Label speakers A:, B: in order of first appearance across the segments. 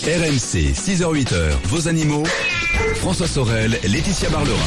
A: RMC, 6h-8h, vos animaux. François Sorel, Laetitia Barlerin.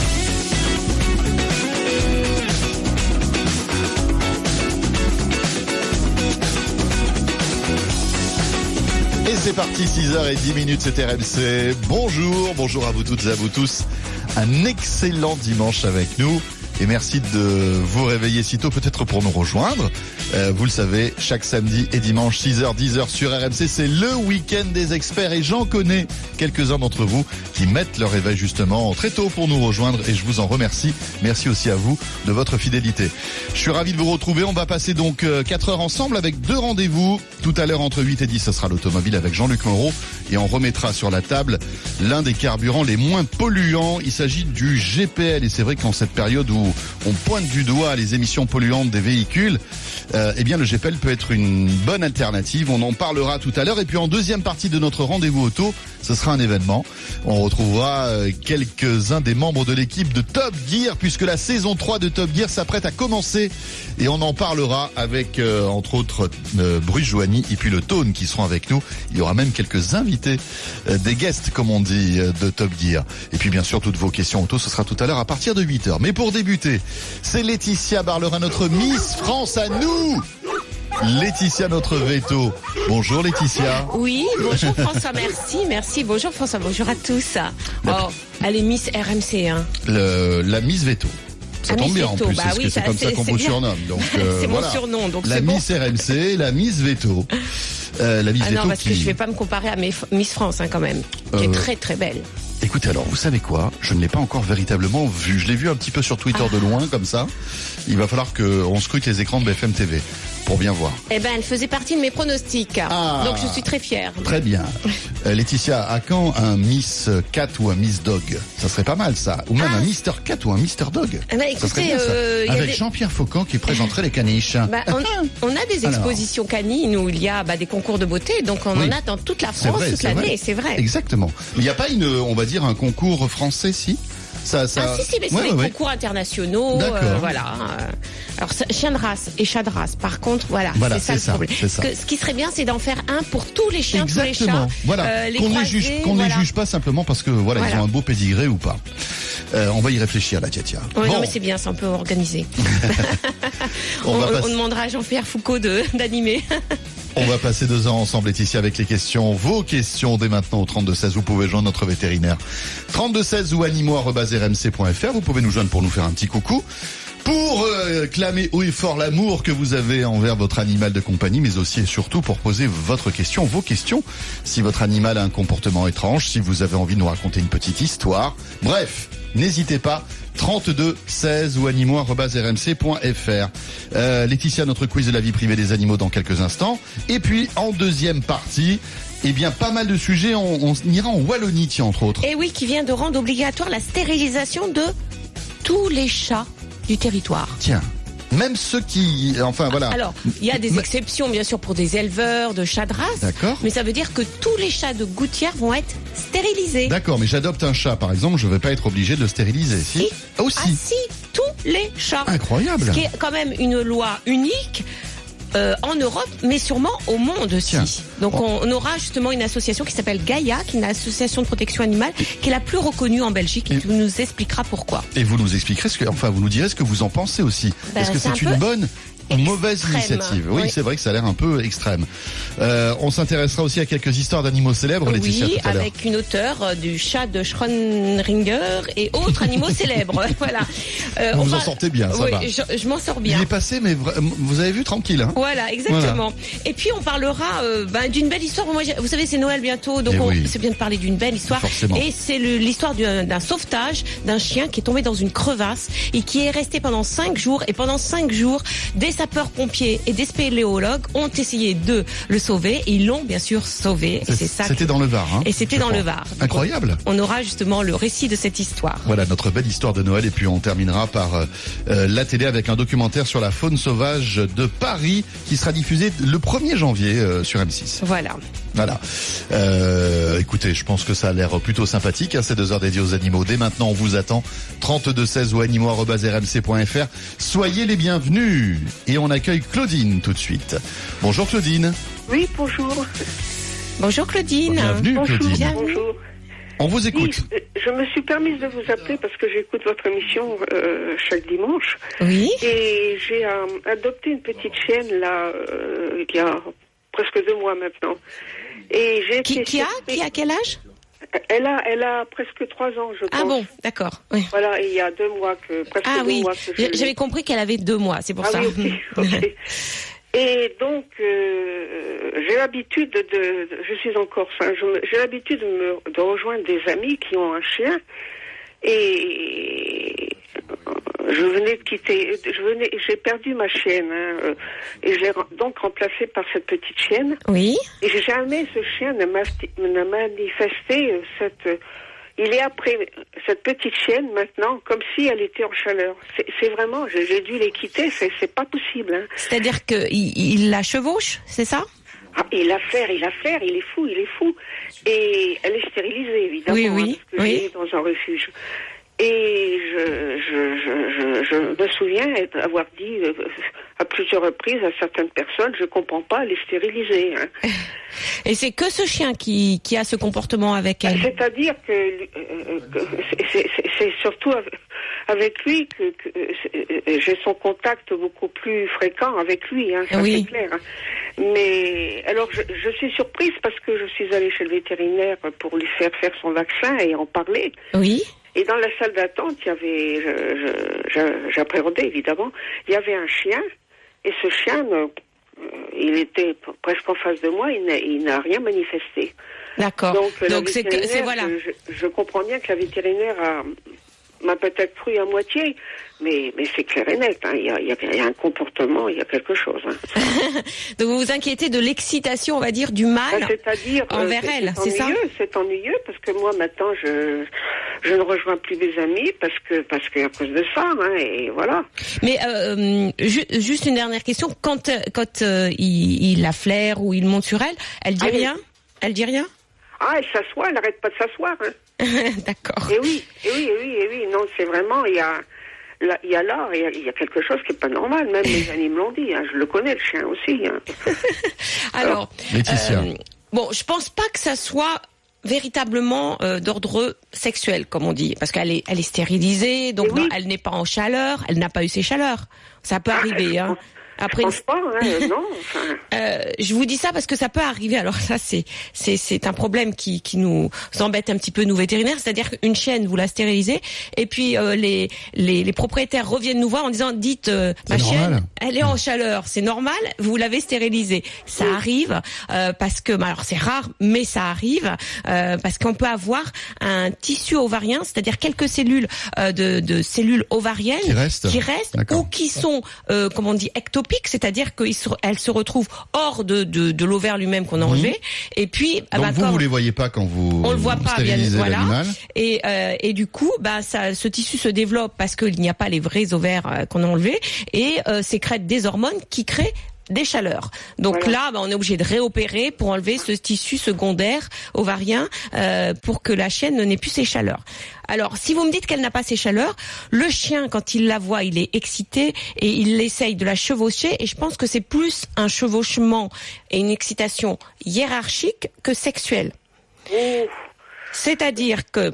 B: Et c'est parti, 6h10, c'est RMC. Bonjour à vous toutes et à vous tous. Un excellent dimanche avec nous. Et merci de vous réveiller si tôt, peut-être pour nous rejoindre. Vous le savez, chaque samedi et dimanche, 6h, 10h sur RMC, c'est le week-end des experts. Et j'en connais quelques-uns d'entre vous qui mettent leur réveil justement très tôt pour nous rejoindre. Et je vous en remercie. Merci aussi à vous de votre fidélité. Je suis ravi de vous retrouver. On va passer donc 4 heures ensemble avec 2 rendez-vous. Tout à l'heure, entre 8 et 10, ce sera l'automobile avec Jean-Luc Moreau. Et on remettra sur la table l'un des carburants les moins polluants. Il s'agit du GPL. Et c'est vrai qu'en cette période où on pointe du doigt les émissions polluantes des véhicules, eh bien le GPL peut être une bonne alternative. On en parlera tout à l'heure. Et puis en deuxième partie de notre rendez-vous auto, ce sera un événement. On retrouvera quelques-uns des membres de l'équipe de Top Gear, puisque la saison 3 de Top Gear s'apprête à commencer. Et on en parlera avec, entre autres, Bruce Joigny et puis le Tone qui seront avec nous. Il y aura même quelques invités, des guests, comme on dit, de Top Gear. Et puis bien sûr, toutes vos questions auto, ce sera tout à l'heure à partir de 8h. Mais pour débuter, c'est Laetitia Barlerin, notre Miss France à nous. Laetitia, notre veto. Bonjour Laetitia.
C: Oui, bonjour François, merci. Bonjour François, bonjour à tous. Oh, elle est Miss RMC, hein.
B: La Miss Veto. Ça tombe bien
C: Veto.
B: en plus,
C: bah
B: parce
C: oui,
B: que c'est comme ça qu'on vous surnomme. Donc,
C: c'est mon
B: voilà.
C: surnom, donc
B: la
C: c'est
B: Miss
C: bon.
B: RMC, la Miss Veto. La Miss Veto
C: non, parce que je vais pas me comparer à Miss France, hein, quand même, qui est très très belle.
B: Écoutez, alors, vous savez quoi? Je ne l'ai pas encore véritablement vu. Je l'ai vu un petit peu sur Twitter de loin, comme ça. Il va falloir qu'on scrute les écrans de BFM TV pour bien voir.
C: Eh ben, elle faisait partie de mes pronostics. Donc, je suis très fière.
B: Très bien. Laetitia, à quand un Miss Cat ou un Miss Dog? Ça serait pas mal, ça. Ou même un Mister Cat ou un Mister Dog.
C: Eh ben,
B: Ça serait
C: écoutez,
B: bien, ça. Avec Jean-Pierre Faucan qui présenterait les caniches.
C: Bah, on a des expositions canines où il y a des concours de beauté, donc on en a dans toute la France toute l'année, c'est vrai.
B: Exactement. Mais il n'y a pas on va dire un concours français, si? Si, mais
C: c'est des concours internationaux, voilà. Alors, chien de race et chat de race, par contre, voilà c'est ça le problème. Ce qui serait bien, c'est d'en faire un pour tous les chiens, tous les chats.
B: Voilà. Qu'on ne les juge pas simplement parce que, ils ont un beau pédigré ou pas. On va y réfléchir, la Tiatia.
C: Oui, non, mais c'est bien, c'est un peu organisé. on demandera à Jean-Pierre Foucault d'animer.
B: On va passer 2 heures ensemble, Laetitia, avec les questions. Vos questions dès maintenant au 3216. Vous pouvez joindre notre vétérinaire 3216 ou animaux@rmc.fr. Vous pouvez nous joindre pour nous faire un petit coucou, pour clamer haut et fort l'amour que vous avez envers votre animal de compagnie, mais aussi et surtout pour poser votre question, vos questions. Si votre animal a un comportement étrange, si vous avez envie de nous raconter une petite histoire. Bref, n'hésitez pas. 3216 ou animaux@rmc.fr. Laetitia, notre quiz de la vie privée des animaux dans quelques instants. Et puis, en deuxième partie, pas mal de sujets. On ira en Wallonie, tiens, entre autres.
C: Et oui, qui vient de rendre obligatoire la stérilisation de tous les chats du territoire.
B: Tiens. Même ceux qui... Enfin, voilà.
C: Alors, il y a des exceptions, bien sûr, pour des éleveurs de chats de race.
B: D'accord.
C: Mais ça veut dire que tous les chats de gouttière vont être stérilisés.
B: D'accord, mais j'adopte un chat, par exemple, je ne vais pas être obligé de le stériliser, si? Aussi.
C: Ah si, tous les chats.
B: Incroyable.
C: Ce qui est quand même une loi unique en Europe, mais sûrement au monde aussi.
B: Tiens.
C: Donc on aura justement une association qui s'appelle Gaïa, qui est une association de protection animale, qui est la plus reconnue en Belgique, et qui nous expliquera pourquoi.
B: Et vous nous expliquerez vous nous direz ce que vous en pensez aussi. Est-ce que c'est une bonne ou mauvaise initiative? Oui, c'est vrai que ça a l'air un peu extrême. On s'intéressera aussi à quelques histoires d'animaux célèbres, Laetitia, tout à l'heure.
C: Avec une auteure du chat de Schrödinger et autres animaux célèbres. Voilà.
B: Vous en sortez bien, ça va.
C: Je m'en sors bien.
B: Il est passé, mais vous avez vu, tranquille. Hein.
C: Voilà, exactement. Voilà. Et puis on parlera d'une belle histoire. Moi, vous savez, c'est Noël bientôt, donc c'est bien de parler d'une belle histoire.
B: Forcément.
C: Et c'est l'histoire d'un sauvetage d'un chien qui est tombé dans une crevasse et qui est resté pendant 5 jours. Et pendant 5 jours, des sapeurs-pompiers et des spéléologues ont essayé de le sauver. Et ils l'ont bien sûr sauvé.
B: C'était dans le Var. Hein,
C: et c'était dans le Var. Donc,
B: incroyable.
C: On aura justement le récit de cette histoire.
B: Voilà, notre belle histoire de Noël. Et puis on terminera par la télé avec un documentaire sur la faune sauvage de Paris qui sera diffusé le 1er janvier sur M6.
C: Voilà.
B: Écoutez, je pense que ça a l'air plutôt sympathique, ces 2 heures dédiées aux animaux. Dès maintenant, on vous attend. 3216 ou animaux@rmc.fr. Soyez les bienvenus. Et on accueille Claudine tout de suite. Bonjour Claudine.
D: Oui, bonjour.
C: Bonjour Claudine.
B: Bienvenue Claudine.
C: Bienvenue.
D: Bonjour.
B: On vous écoute.
D: Oui, je me suis permise de vous appeler parce que j'écoute votre émission chaque dimanche.
C: Oui.
D: Et j'ai adopté une petite chienne là, il y a presque 2 mois maintenant. Et j'ai été
C: Qui a quel âge?
D: Elle a presque 3 ans, je pense.
C: Ah bon, d'accord. Oui.
D: Voilà, et il y a 2 mois presque
C: Ah
D: 2
C: oui,
D: que je l'ai.
C: j'avais compris qu'elle avait 2 mois, c'est pour ça.
D: Oui, ok. Et donc, j'ai l'habitude je suis en Corse, hein, j'ai l'habitude de rejoindre des amis qui ont un chien. Et je venais de quitter, j'ai perdu ma chienne, hein, et je l'ai donc remplacée par cette petite chienne.
C: Oui.
D: Et jamais ce chien n'a manifesté il est après cette petite chienne maintenant, comme si elle était en chaleur. C'est vraiment, j'ai dû les quitter, c'est pas possible. Hein.
C: C'est-à-dire qu'il la chevauche, c'est ça?
D: Ah, il a flair, il est fou. Et elle est stérilisée, évidemment,
C: Oui,
D: parce que elle est dans un refuge. Et je me souviens avoir dit à plusieurs reprises à certaines personnes, je comprends pas, elle est stérilisée. Hein.
C: Et c'est que ce chien qui a ce comportement avec elle?
D: C'est-à-dire que c'est surtout avec lui que j'ai son contact beaucoup plus fréquent avec lui, hein, ça
C: oui.
D: c'est clair. Hein. Mais alors je suis surprise parce que je suis allée chez le vétérinaire pour lui faire son vaccin et en parler.
C: Oui.
D: Et dans la salle d'attente, il y avait, j'appréhendais évidemment, il y avait un chien, et ce chien, il était presque en face de moi, il n'a rien manifesté. D'accord. Donc c'est voilà. Je comprends bien que la vétérinaire m'a peut-être cru à moitié, mais c'est clair et net. Hein. Il y a un comportement, il y a quelque chose. Hein.
C: Donc vous vous inquiétez de l'excitation, on va dire, du mâle envers elle, c'est ça?
D: C'est ennuyeux parce que moi maintenant je ne rejoins plus des amis parce que à cause de ça, hein, et voilà. Mais
C: juste une dernière question, quand il la flaire ou il monte sur elle dit rien? Elle dit rien?
D: Ah, elle s'assoit, elle n'arrête pas de s'asseoir. Hein.
C: D'accord.
D: Et oui. Non, c'est vraiment, il y a quelque chose qui est pas normal. Même les amis me l'ont dit. Hein. Je le connais, le chien aussi. Hein.
C: Alors,
B: Laetitia.
C: Bon, je pense pas que ça soit véritablement d'ordre sexuel, comme on dit, parce qu'elle est stérilisée, donc non, elle n'est pas en chaleur, elle n'a pas eu ses chaleurs. Ça peut arriver, hein. Après,
D: je pense pas, hein, non.
C: Je vous dis ça parce que ça peut arriver. Alors ça, c'est un problème qui nous embête un petit peu, nous vétérinaires. C'est-à-dire qu'une chienne, vous la stérilisez, et puis les propriétaires reviennent nous voir en disant, dites, ma chienne, elle est en chaleur, c'est normal, vous l'avez stérilisée. Ça arrive parce que, alors c'est rare, mais ça arrive parce qu'on peut avoir un tissu ovarien, c'est-à-dire quelques cellules de cellules ovariennes qui restent ou qui sont, comme on dit, ectopiques. C'est-à-dire qu'elle se retrouve hors de l'ovaire lui-même qu'on a enlevé. Et puis,
B: donc vous les voyez pas quand vous
C: on le voit pas, bien
B: l'animal.
C: Et du coup, ce tissu se développe parce qu'il n'y a pas les vrais ovaires qu'on a enlevés et sécrète des hormones qui créent des chaleurs. Donc là, on est obligé de réopérer pour enlever ce tissu secondaire ovarien pour que la chienne n'ait plus ses chaleurs. Alors, si vous me dites qu'elle n'a pas ses chaleurs, le chien, quand il la voit, il est excité et il essaye de la chevaucher. Et je pense que c'est plus un chevauchement et une excitation hiérarchique que sexuelle. C'est-à-dire que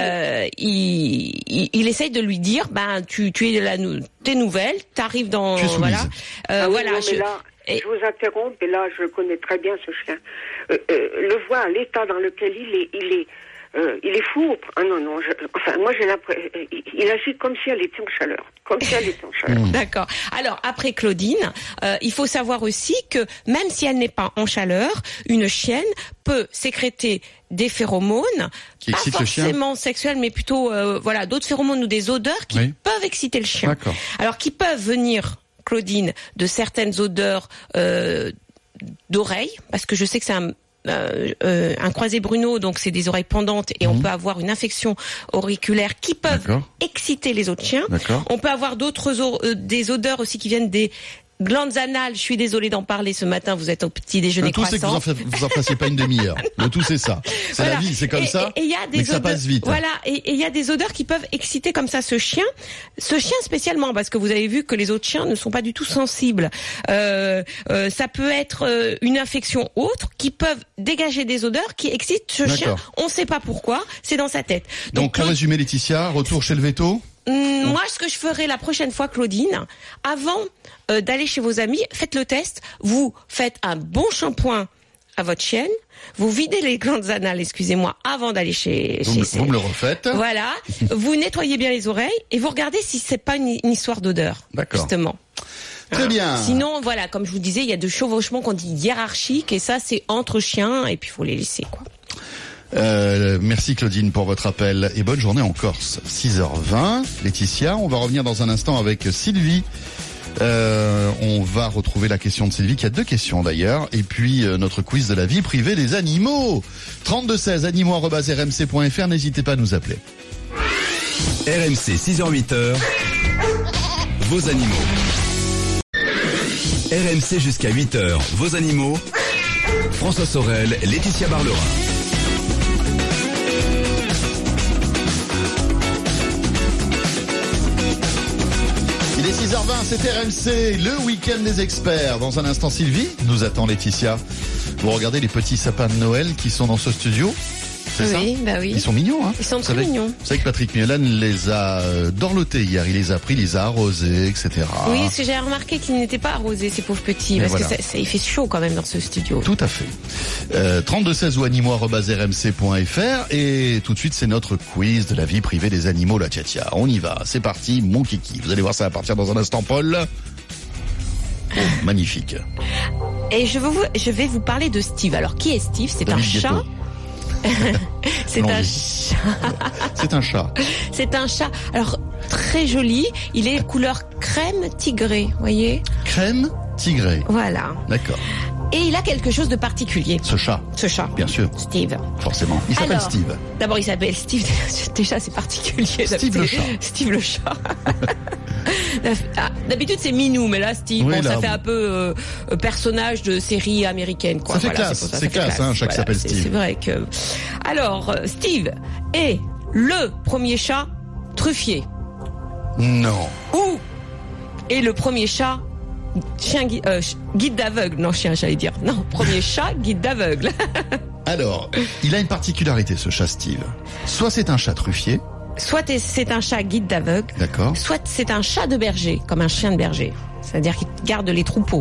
C: il essaye de lui dire, tu es t'es nouvelle, t'arrives dans voilà,
D: je vous interromps, et là je connais très bien ce chien. Le voir, l'état dans lequel il est fou. Ah non, moi j'ai l'impression, il agit comme si elle était en chaleur.
C: D'accord. Alors après Claudine, il faut savoir aussi que même si elle n'est pas en chaleur, une chienne peut sécréter des phéromones, pas forcément sexuelles, mais plutôt d'autres phéromones ou des odeurs qui peuvent exciter le chien. D'accord. Alors qui peuvent venir, Claudine, de certaines odeurs d'oreilles, parce que je sais que c'est un croisé Bruno, donc c'est des oreilles pendantes et on peut avoir une infection auriculaire qui peuvent exciter les autres chiens. On peut avoir des odeurs aussi qui viennent des glandes anales, je suis désolée d'en parler ce matin, vous êtes au petit déjeuner
B: Le tout, c'est que
C: croissant.
B: vous en fassiez pas une demi-heure. Le tout, c'est ça. C'est
C: Voilà.
B: la vie, c'est comme ça.
C: Et il y a des
B: mais que ça
C: odeurs,
B: passe vite.
C: Voilà, et il y a des odeurs qui peuvent exciter comme ça ce chien spécialement, parce que vous avez vu que les autres chiens ne sont pas du tout sensibles. Ça peut être une infection autre qui peuvent dégager des odeurs qui excitent ce chien.
B: D'accord.
C: On ne sait pas pourquoi, c'est dans sa tête.
B: Donc, pour résumer, Laetitia, retour chez le veto.
C: Moi, ce que je ferai la prochaine fois, Claudine, avant d'aller chez vos amis, faites le test. Vous faites un bon shampoing à votre chienne. Vous videz les glandes anales, excusez-moi, avant d'aller chez
B: Vous me le refaites.
C: Voilà. Vous nettoyez bien les oreilles et vous regardez si c'est pas une histoire d'odeur.
B: D'accord.
C: Justement.
B: Très bien.
C: Sinon, voilà, comme je vous disais, il y a de chevauchements qu'on dit hiérarchiques et ça, c'est entre chiens et puis il faut les laisser, quoi.
B: Merci Claudine pour votre appel et bonne journée en Corse. 6h20. Laetitia, on va revenir dans un instant avec Sylvie. On va retrouver la question de Sylvie, qui a 2 questions d'ailleurs, et puis notre quiz de la vie privée des animaux. 3216 animaux@rmc.fr, n'hésitez pas à nous appeler.
A: RMC 6h-8h, vos animaux. RMC jusqu'à 8h, vos animaux. François Sorel, Laetitia Barlerin.
B: Il est 6h20, c'est RMC, le week-end des experts. Dans un instant, Sylvie nous attend, Laetitia. Vous regardez les petits sapins de Noël qui sont dans ce studio, c'est ça?
C: Oui, bah oui.
B: Ils sont mignons, hein?
C: Ils sont très mignons.
B: Vous savez que Patrick Miolan les a dorlotés hier, il les a pris, il les a arrosés, etc.
C: Oui, parce que j'ai remarqué qu'ils n'étaient pas arrosés, ces pauvres petits,
B: Mais
C: parce
B: voilà.
C: que il fait chaud quand même dans ce studio.
B: Tout à fait. 3216 ou animaux@rmc.fr, et tout de suite c'est notre quiz de la vie privée des animaux, la tcha-tcha. On y va, c'est parti, mon kiki. Vous allez voir ça à partir dans un instant, Paul. Oh, magnifique.
C: Et je vais vous parler de Steve. Alors, qui est Steve? C'est un
B: David
C: chat.
B: Guetto.
C: C'est
B: Non,
C: un
B: mais-
C: chat.
B: C'est un chat.
C: C'est un chat. Alors, très joli. Il est couleur crème tigré, voyez?
B: Crème tigré.
C: Voilà.
B: D'accord.
C: Et il a quelque chose de particulier,
B: Ce chat,
C: ce chat.
B: bien sûr,
C: Steve.
B: forcément. Il s'appelle
C: Alors,
B: Steve.
C: D'abord, il s'appelle Steve. Déjà, c'est particulier.
B: Steve le chat.
C: Steve le chat. Ah, d'habitude, c'est Minou, mais là, Steve,
B: Oui,
C: bon,
B: là,
C: ça fait
B: bon.
C: un peu personnage de série américaine, quoi.
B: Ça fait
C: Voilà,
B: classe,
C: pour ça
B: c'est
C: fait
B: classe, hein, un chat qui s'appelle Steve.
C: C'est vrai que. Alors, Steve est le premier chat truffier.
B: Non.
C: Ou est le premier chat guide d'aveugle. Non, chien, j'allais dire. Non, premier chat guide d'aveugle.
B: Alors, il a une particularité, ce chat Steve. Soit c'est un chat truffier,
C: Soit c'est un chat guide d'aveugle,
B: d'accord.
C: soit c'est un chat de berger, comme un chien de berger. C'est-à-dire qu'il garde les troupeaux.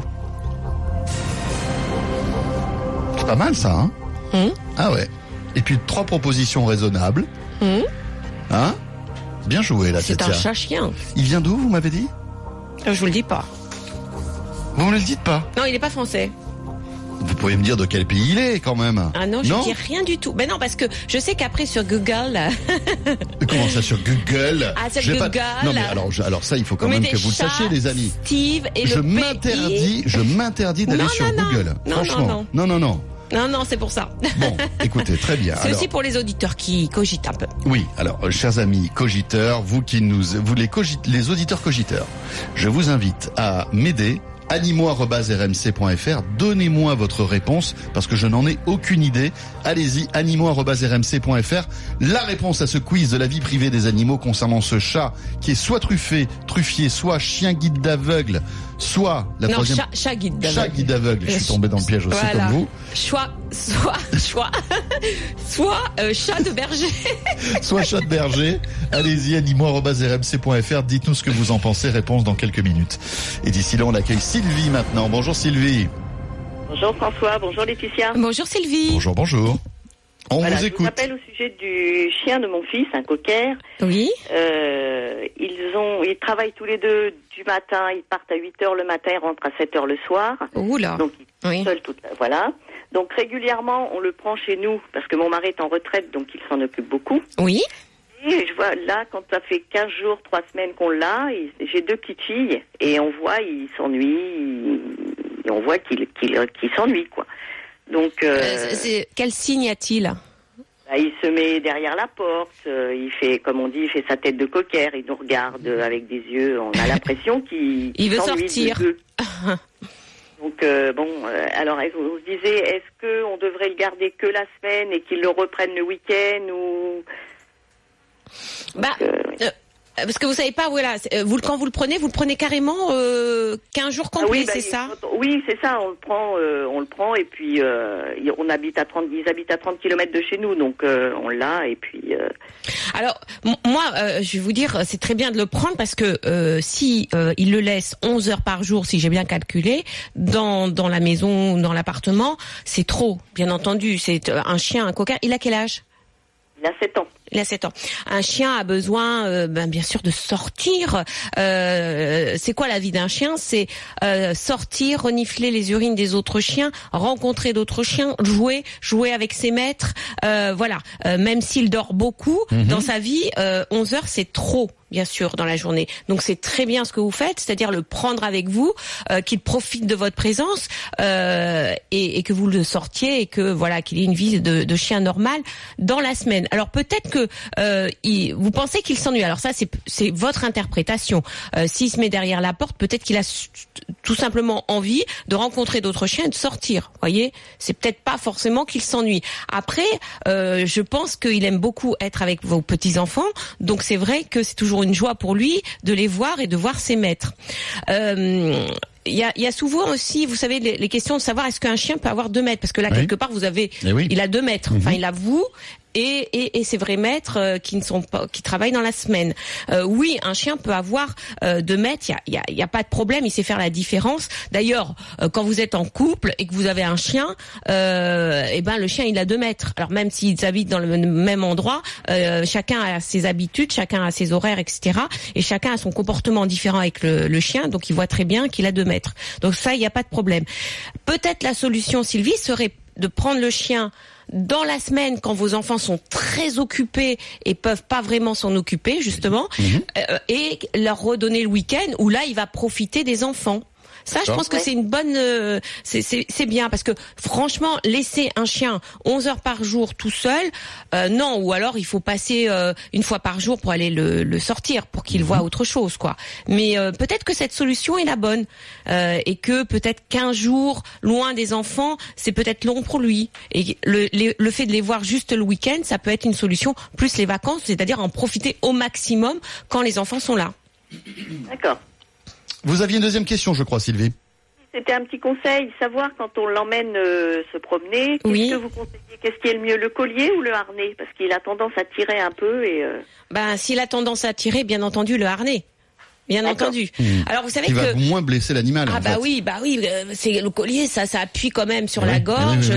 B: C'est pas mal ça, hein? Ah ouais. Et puis 3 propositions raisonnables. Hein? Bien joué là,
C: C'est un
B: Tcha-tcha.
C: chat-chien.
B: Il vient d'où, vous m'avez dit?
C: Je vous le dis pas.
B: Vous me le dites pas.
C: Non, il n'est pas français.
B: Vous pourriez me dire de quel pays il est quand même.
C: Ah non, je ne dis rien du tout. Ben non, parce que je sais qu'après sur Google,
B: Comment ça sur Google?
C: Ah, sur
B: J'ai
C: Google.
B: Non mais alors ça, il faut quand
C: vous
B: même
C: mettez
B: que vous le
C: chat,
B: sachiez, les amis.
C: Steve et
B: Je
C: le
B: m'interdis d'aller
C: Non,
B: sur
C: non, non.
B: Google.
C: Non,
B: Franchement.
C: non,
B: Non.
C: Non, c'est pour ça.
B: Bon, écoutez, très bien.
C: C'est
B: Alors,
C: aussi pour les auditeurs qui cogitent un peu.
B: oui, alors, chers amis cogiteurs, vous les auditeurs cogiteurs, je vous invite à m'aider. animaux@rmc.fr, donnez-moi votre réponse parce que je n'en ai aucune idée. Allez-y, animaux@rmc.fr. La réponse à ce quiz de la vie privée des animaux concernant ce chat qui est soit truffier, soit chien guide d'aveugle, soit la
C: Non,
B: troisième
C: chat guide d'aveugle.
B: chat guide d'aveugle. Je suis tombé dans le piège aussi
C: Voilà.
B: comme vous.
C: Soit chat de berger.
B: Soit chat de berger. Allez-y, animaux@rmc.fr. Dites-nous ce que vous en pensez. Réponse dans quelques minutes. Et d'ici là, on accueille Sylvie maintenant. Bonjour Sylvie.
E: Bonjour François, bonjour Laetitia.
C: Bonjour Sylvie.
B: Bonjour. On
E: Voilà,
B: vous
E: je vous
B: écoute.
E: appelle au sujet du chien de mon fils, un cocker.
C: Oui.
E: Ils travaillent tous les deux du matin, ils partent à 8h le matin, ils rentrent à 7h le soir.
C: Oula.
E: Donc ils sont
C: Oui.
E: seuls voilà. Donc régulièrement, on le prend chez nous parce que mon mari est en retraite, donc il s'en occupe beaucoup.
C: Oui.
E: Et je vois là, quand ça fait 15 jours, 3 semaines qu'on l'a, j'ai 2 petites filles et on voit, il s'ennuie, on voit qu'il s'ennuie, quoi. Donc,
C: Quel signe a-t-il?
E: bah, il se met derrière la porte, il fait, comme on dit, il fait sa tête de cocker, il nous regarde avec des yeux, on a l'impression qu'il
C: Il veut
E: s'ennuie
C: sortir.
E: Donc alors on se disait, est-ce que on devrait le garder que la semaine et qu'il le reprenne le week-end ou
C: parce que vous savez pas, voilà, quand vous le prenez carrément 15 jours complets, c'est ça?
E: Oui, c'est ça. On le prend et puis ils habitent à 30 km de chez nous, donc on l'a et puis.
C: Alors moi, je vais vous dire, c'est très bien de le prendre parce que si il le laisse 11 heures par jour, si j'ai bien calculé, dans la maison, dans l'appartement, c'est trop, bien entendu. C'est un chien, un cocker. Il a quel âge?
E: Il a 7 ans.
C: Il a 7 ans. Un chien a besoin, bien sûr, de sortir. C'est quoi la vie d'un chien? C'est sortir, renifler les urines des autres chiens, rencontrer d'autres chiens, jouer avec ses maîtres. Voilà. Même s'il dort beaucoup dans sa vie, 11 heures, c'est trop. Bien sûr, dans la journée. Donc c'est très bien ce que vous faites, c'est-à-dire le prendre avec vous, qu'il profite de votre présence et que vous le sortiez et que voilà qu'il ait une vie de chien normal dans la semaine. Alors peut-être que vous pensez qu'il s'ennuie. Alors ça c'est votre interprétation. S'il se met derrière la porte, peut-être qu'il a tout simplement envie de rencontrer d'autres chiens et de sortir. Voyez, c'est peut-être pas forcément qu'il s'ennuie. Après, je pense qu'il aime beaucoup être avec vos petits enfants. Donc c'est vrai que c'est toujours une joie pour lui de les voir et de voir ses maîtres. Il y a souvent aussi, vous savez, les questions de savoir est-ce qu'un chien peut avoir 2 mètres, parce que là quelque part vous avez, il a 2 mètres. Enfin, il a vous et ses vrais maîtres qui travaillent dans la semaine. Oui, un chien peut avoir 2 mètres. Il y a pas de problème. Il sait faire la différence. D'ailleurs, quand vous êtes en couple et que vous avez un chien, le chien il a 2 mètres. Alors même s'ils habitent dans le même endroit, chacun a ses habitudes, chacun a ses horaires, etc. Et chacun a son comportement différent avec le chien. Donc il voit très bien qu'il a 2 mètres. Donc ça, il n'y a pas de problème. Peut-être la solution, Sylvie, serait de prendre le chien dans la semaine quand vos enfants sont très occupés et peuvent pas vraiment s'en occuper justement, et leur redonner le week-end où là il va profiter des enfants. Ça, je pense que c'est une bonne, c'est bien parce que franchement, laisser un chien 11 heures par jour tout seul, non. Ou alors il faut passer une fois par jour pour aller le sortir pour qu'il voit autre chose, quoi. Mais peut-être que cette solution est la bonne et que peut-être 15 jours loin des enfants, c'est peut-être long pour lui. Et le fait de les voir juste le week-end, ça peut être une solution. Plus les vacances, c'est-à-dire en profiter au maximum quand les enfants sont là.
E: D'accord.
B: Vous aviez une deuxième question, je crois, Sylvie.
E: C'était un petit conseil, savoir quand on l'emmène se promener, qu'est-ce que vous conseillez? Qu'est-ce qui est le mieux, le collier ou le harnais? Parce qu'il a tendance à tirer un peu et...
C: s'il a tendance à tirer, bien entendu, le harnais. Bien entendu. Alors vous savez
B: que va moins blesser l'animal.
C: Oui, c'est le collier, ça appuie quand même sur la gorge,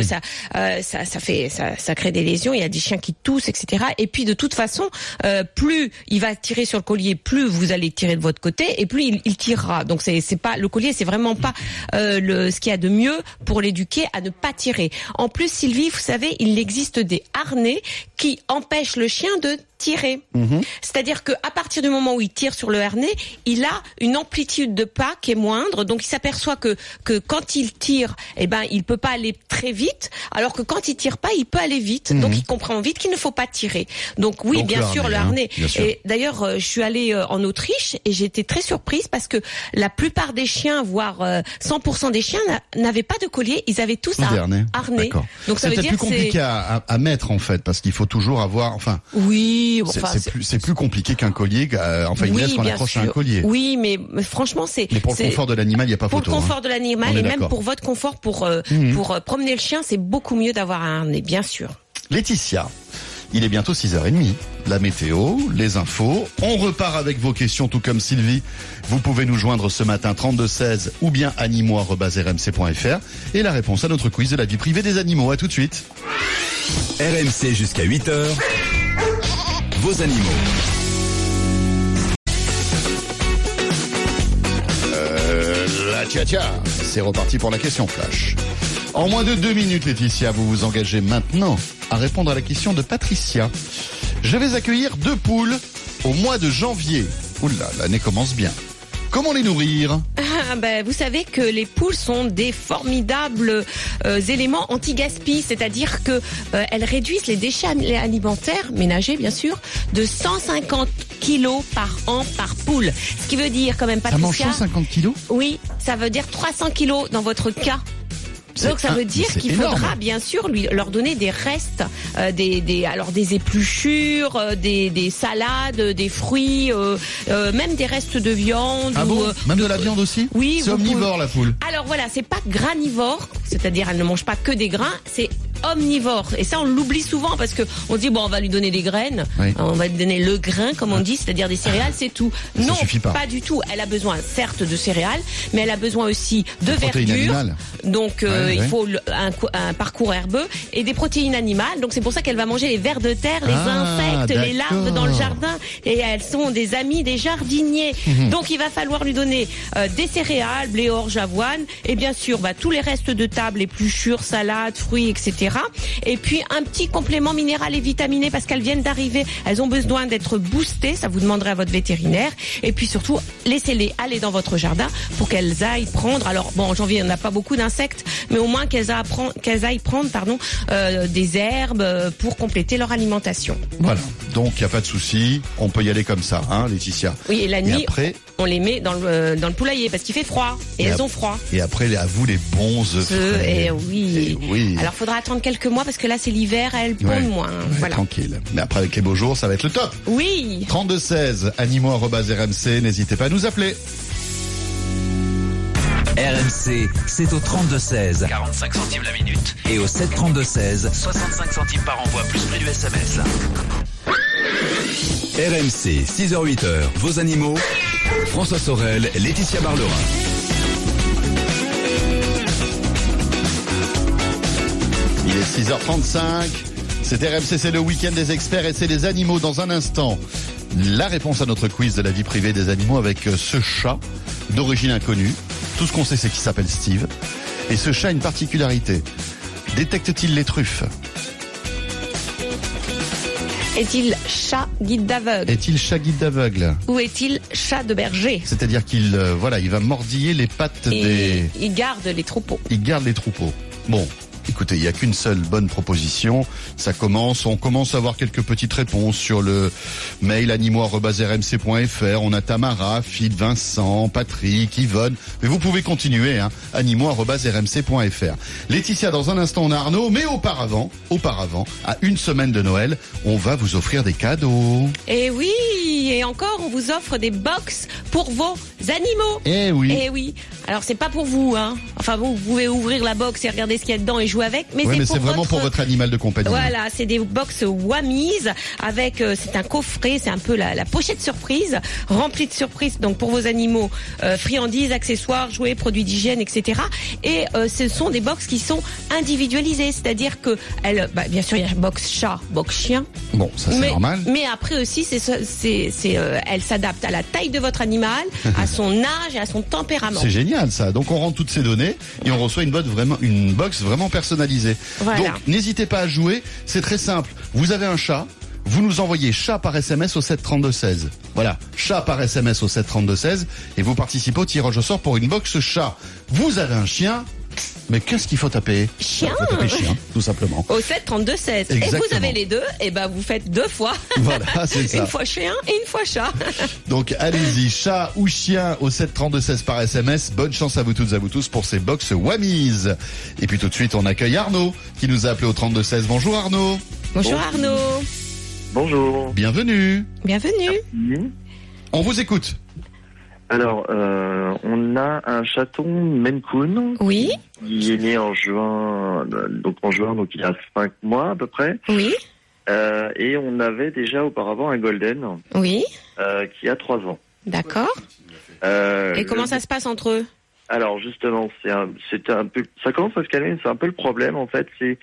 C: ça crée des lésions. Il y a des chiens qui toussent, etc. Et puis de toute façon, plus il va tirer sur le collier, plus vous allez tirer de votre côté, et plus il tirera. Donc c'est pas le collier, c'est vraiment pas ce qu'il y a de mieux pour l'éduquer à ne pas tirer. En plus, Sylvie, vous savez, il existe des harnais qui empêchent le chien de tirer. C'est-à-dire que à partir du moment où il tire sur le harnais, il a une amplitude de pas qui est moindre, donc il s'aperçoit que quand il tire, il peut pas aller très vite, alors que quand il tire pas, il peut aller vite. Donc il comprend vite qu'il ne faut pas tirer. Donc oui, bien sûr, le harnais. Et d'ailleurs, je suis allée en Autriche et j'ai été très surprise parce que la plupart des chiens, voire 100% des chiens, n'avaient pas de collier, ils avaient tous un harnais. Donc ça veut dire
B: c'est plus compliqué à mettre en fait, parce qu'il faut toujours avoir, c'est plus compliqué qu'un collier. Il laisse qu'on accroche à un collier.
C: Oui, mais franchement, Mais
B: pour le confort de l'animal, il n'y a pas photo.
C: Pour le confort de l'animal et même pour votre confort, pour promener le chien, c'est beaucoup mieux d'avoir un harnais, bien sûr.
B: Laetitia, il est bientôt 6h30. La météo, les infos. On repart avec vos questions, tout comme Sylvie. Vous pouvez nous joindre ce matin 3216 ou bien animaux@rmc.fr et la réponse à notre quiz de la vie privée des animaux. À tout de suite.
A: RMC jusqu'à 8h. Vos animaux.
B: C'est reparti pour la question flash. En moins de 2 minutes, Laetitia, vous vous engagez maintenant à répondre à la question de Patricia. Je vais accueillir 2 poules au mois de janvier. Oula, l'année commence bien. Comment les nourrir?
C: Vous savez que les poules sont des formidables éléments anti-gaspi, c'est-à-dire que elles réduisent les déchets alimentaires, ménagers bien sûr, de 150 kilos par an par poule. Ce qui veut dire quand même, Patricia...
B: Ça mange 150 kilos?
C: Oui, ça veut dire 300 kilos dans votre cas. Donc ça veut dire qu'il faudra bien sûr leur donner des restes, des épluchures, des salades, des fruits, même des restes de viande.
B: Ah bon, même de la viande aussi?
C: Oui.
B: C'est omnivore la poule.
C: Alors voilà, c'est pas granivore, c'est-à-dire elle ne mange pas que des grains, c'est omnivore. Et ça on l'oublie souvent parce que on dit on va lui donner des graines,
B: oui.
C: On va lui donner le grain comme on dit, c'est-à-dire des céréales, c'est tout.
B: Ça suffit pas
C: du tout. Elle a besoin certes de céréales, mais elle a besoin aussi de verdure. Donc il faut un parcours herbeux et des protéines animales. Donc c'est pour ça qu'elle va manger les vers de terre, les insectes, les larves dans le jardin. Et elles sont des amies des jardiniers. Donc il va falloir lui donner des céréales, blé, orge, avoine, et bien sûr tous les restes de table, épluchures, salades, fruits, etc. Et puis un petit complément minéral et vitaminé parce qu'elles viennent d'arriver. Elles ont besoin d'être boostées. Ça vous demanderait à votre vétérinaire. Et puis surtout, laissez-les aller dans votre jardin pour qu'elles aillent prendre. Alors en janvier, on n'a pas beaucoup d'insectes, mais au moins qu'elles aillent prendre des herbes pour compléter leur alimentation.
B: Voilà. Donc il n'y a pas de souci. On peut y aller comme ça, hein, Laetitia.
C: Oui, et la nuit,
B: après,
C: on les met dans le poulailler parce qu'il fait froid et elles ont froid.
B: Et après, à vous les bons œufs.
C: Et oui. Alors faudra attendre quelques mois parce que là c'est l'hiver, elles pondent moins. Voilà.
B: Tranquille. Mais après avec les beaux jours, ça va être le top.
C: Oui.
B: 3216 animaux@rmc, n'hésitez pas à nous appeler.
A: RMC, c'est au 32-16. 45 centimes la minute. Et au 7-32-16. 65 centimes par envoi, plus prix du SMS. RMC, 6h-8h, vos animaux. François Sorel, Laetitia Barlerin.
B: Il est 6h35. C'est RMC, c'est le week-end des experts et c'est les animaux dans un instant. La réponse à notre quiz de la vie privée des animaux avec ce chat d'origine inconnue. Tout ce qu'on sait, c'est qu'il s'appelle Steve. Et ce chat a une particularité. Détecte-t-il les truffes?
C: Est-il chat guide d'aveugle?
B: Est-il chat guide d'aveugle?
C: Ou est-il chat de berger?
B: C'est-à-dire qu'il il va mordiller les pattes des...
C: Il garde les troupeaux.
B: Il garde les troupeaux. Bon. Écoutez, il n'y a qu'une seule bonne proposition. On commence à avoir quelques petites réponses sur le mail animaux@rmc.fr. On a Tamara, Phil, Vincent, Patrick, Yvonne. Mais vous pouvez continuer, hein. animaux@rmc.fr. Laetitia, dans un instant, on a Arnaud. Mais auparavant, à une semaine de Noël, on va vous offrir des cadeaux.
C: Et oui, et encore, on vous offre des box pour vos animaux.
B: Eh oui.
C: Eh oui. Alors, c'est pas pour vous, hein. Enfin, vous pouvez ouvrir la box et regarder ce qu'il y a dedans et jouer avec, mais
B: c'est vraiment pour votre animal de compagnie.
C: Voilà, c'est des box Whammies avec, c'est un coffret, c'est un peu la pochette surprise, remplie de surprises, donc pour vos animaux, friandises, accessoires, jouets, produits d'hygiène, etc. Et ce sont des box qui sont individualisées, c'est-à-dire que bien sûr, il y a box chat, box chien.
B: Bon, ça c'est normal.
C: Mais après aussi, elle s'adapte à la taille de votre animal, à son âge et à son tempérament.
B: C'est génial ça. Donc on rentre toutes ces données et on reçoit une box vraiment personnalisée.
C: Voilà.
B: Donc n'hésitez pas à jouer, c'est très simple. Vous avez un chat, vous nous envoyez chat par SMS au 732-16. Voilà, chat par SMS au 732-16 et vous participez au tirage au sort pour une box chat. Vous avez un chien, mais qu'est-ce qu'il faut taper?
C: Chien.
B: Il faut taper chien, tout simplement.
C: Au 732-16. Et vous avez les deux, et vous faites 2 fois.
B: Voilà, c'est ça.
C: Une fois chien et une fois chat.
B: Donc allez-y, chat ou chien au 732-16 par SMS. Bonne chance à vous toutes et à vous tous pour ces box Whammies. Et puis tout de suite, on accueille Arnaud qui nous a appelé au 32-16. Bonjour Arnaud.
C: Bonjour Arnaud.
F: Bonjour.
B: Bienvenue.
C: Bienvenue.
F: Merci.
B: On vous écoute.
F: Alors, on a un chaton Maine Coon.
C: Oui.
F: Il est né en juin, donc il a 5 mois à peu près.
C: Oui.
F: Et on avait déjà auparavant un golden.
C: Oui.
F: Qui a 3 ans.
C: D'accord. Et comment ça se passe entre eux?
F: Alors justement, c'est un peu, ça commence à se calmer. C'est un peu le problème en fait. C'est